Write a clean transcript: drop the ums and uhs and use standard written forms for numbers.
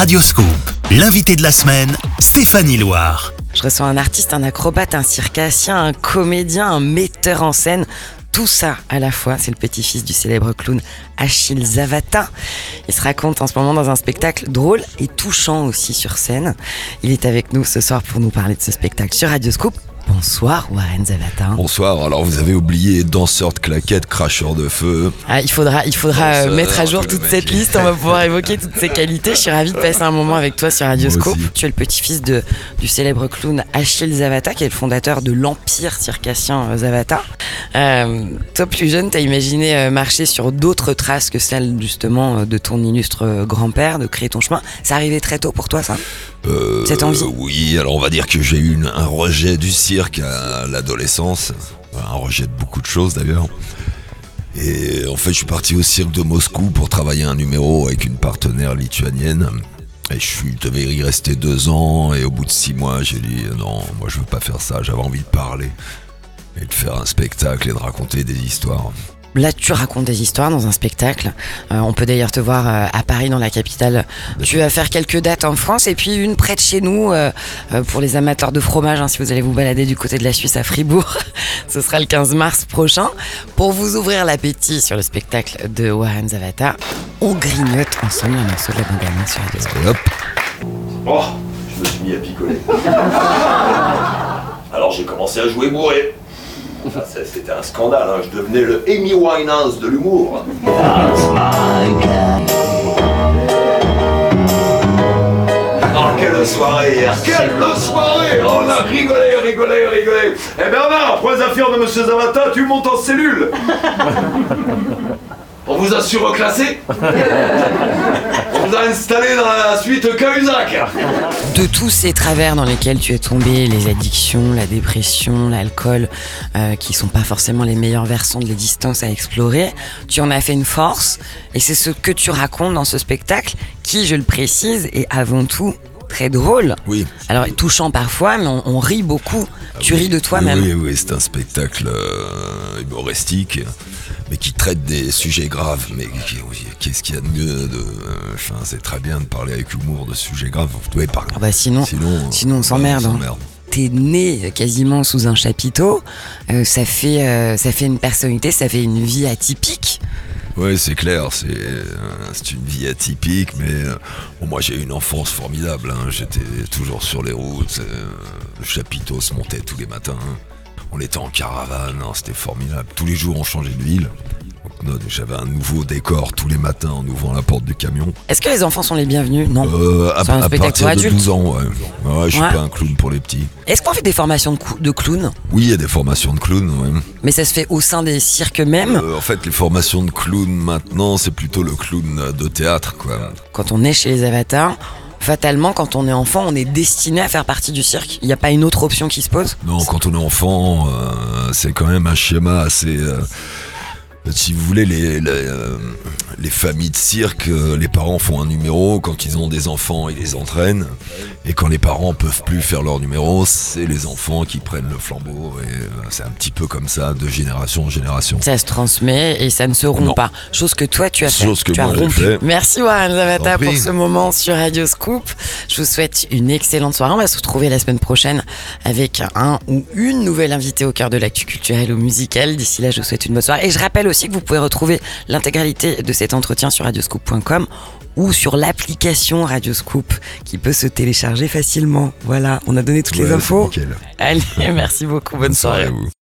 Radioscoop, l'invité de la semaine, Stéphanie Loire. Je reçois un artiste, un acrobate, un circassien, un comédien, un metteur en scène. Tout ça à la fois, c'est le petit-fils du célèbre clown Achille Zavata. Il se raconte en ce moment dans un spectacle drôle et touchant aussi sur scène. Il est avec nous ce soir pour nous parler de ce spectacle sur Radioscoop. Bonsoir Warren Zavata. Bonsoir, alors vous avez oublié danseur de claquettes, cracheur de feu. Il faudra mettre à jour toute cette liste, on va pouvoir évoquer toutes ces qualités. Je suis ravie de passer un moment avec toi sur Radioscoop. Tu es le petit-fils du célèbre clown Achille Zavata, qui est le fondateur de l'empire circassien Zavata. Toi plus jeune, t'as imaginé marcher sur d'autres traces que celles justement de ton illustre grand-père, de créer ton chemin. Ça arrivait très tôt pour toi ça, cette envie? Oui, alors on va dire que j'ai eu un rejet du cirque à l'adolescence, un rejet de beaucoup de choses d'ailleurs. Et en fait je suis parti au cirque de Moscou pour travailler un numéro avec une partenaire lituanienne. Et je devais y rester 2 ans et au bout de 6 mois j'ai dit non, moi je veux pas faire ça, j'avais envie de parler et de faire un spectacle et de raconter des histoires. Là, tu racontes des histoires dans un spectacle. On peut d'ailleurs te voir à Paris, dans la capitale. Tu vas faire quelques dates en France et puis une près de chez nous pour les amateurs de fromage. Si vous allez vous balader du côté de la Suisse à Fribourg, ce sera le 15 mars prochain. Pour vous ouvrir l'appétit sur le spectacle de Warren Zavata, on grignote ensemble un morceau de la bande-annonce sur Radio. Hop. Oh, je me suis mis à picoler. Alors j'ai commencé à jouer bourré. C'était un scandale, hein. Je devenais le Amy Winehouse de l'humour. Oh, quelle soirée hier! Quelle soirée! On a rigolé! Eh Bernard, pour les affaires de Monsieur Zavata, tu montes en cellule! On vous a surclassé. On vous a installé dans la suite Cahuzac. De tous ces travers dans lesquels tu es tombé, les addictions, la dépression, l'alcool, qui sont pas forcément les meilleurs versants de l'existence à explorer, tu en as fait une force, et c'est ce que tu racontes dans ce spectacle, qui, je le précise, est avant tout très drôle. Oui. Alors touchant parfois, mais on rit beaucoup. Tu ris de toi-même. Oui, c'est un spectacle humoristique, mais qui traite des sujets graves. Mais qu'est-ce qu'il y a de mieux c'est très bien de parler avec humour de sujets graves. Sinon on s'emmerde. T'es né quasiment sous un chapiteau. Ça fait une personnalité, ça fait une vie atypique. Oui, c'est clair, c'est une vie atypique, mais moi j'ai eu une enfance formidable, hein. J'étais toujours sur les routes, le chapiteau se montait tous les matins, on était en caravane, hein, c'était formidable. Tous les jours on changeait de ville, donc j'avais un nouveau décor tous les matins en ouvrant la porte du camion. Est-ce que les enfants sont les bienvenus? Non. À partir de 12 ans, ouais. Ouais, je suis pas un clown pour les petits. Est-ce qu'on fait des formations de clown? Oui, il y a des formations de clown, ouais. Mais ça se fait au sein des cirques même? En fait, les formations de clown maintenant, c'est plutôt le clown de théâtre, quoi. Quand on est chez les avatars, fatalement, quand on est enfant, on est destiné à faire partie du cirque. Il n'y a pas une autre option qui se pose? Non, quand on est enfant, c'est quand même un schéma assez... si vous voulez, les familles de cirque, les parents font un numéro, quand ils ont des enfants, ils les entraînent. Et quand les parents peuvent plus faire leur numéro, c'est les enfants qui prennent le flambeau. Et c'est un petit peu comme ça, de génération en génération. Ça se transmet et ça ne se rompt pas. Chose que toi, tu as fait. Chose que moi, j'ai fait. Merci Warren Zavata pour ce moment sur Radioscoop. Je vous souhaite une excellente soirée. On va se retrouver la semaine prochaine avec un ou une nouvelle invitée au cœur de l'actu culturelle ou musicale. D'ici là, je vous souhaite une bonne soirée. Et je rappelle aussi que vous pouvez retrouver l'intégralité de cet entretien sur radioscoop.com ou sur l'application Radioscoop qui peut se télécharger facilement. Voilà, on a donné toutes les infos. Nickel. Allez, merci beaucoup, bonne soirée. À vous.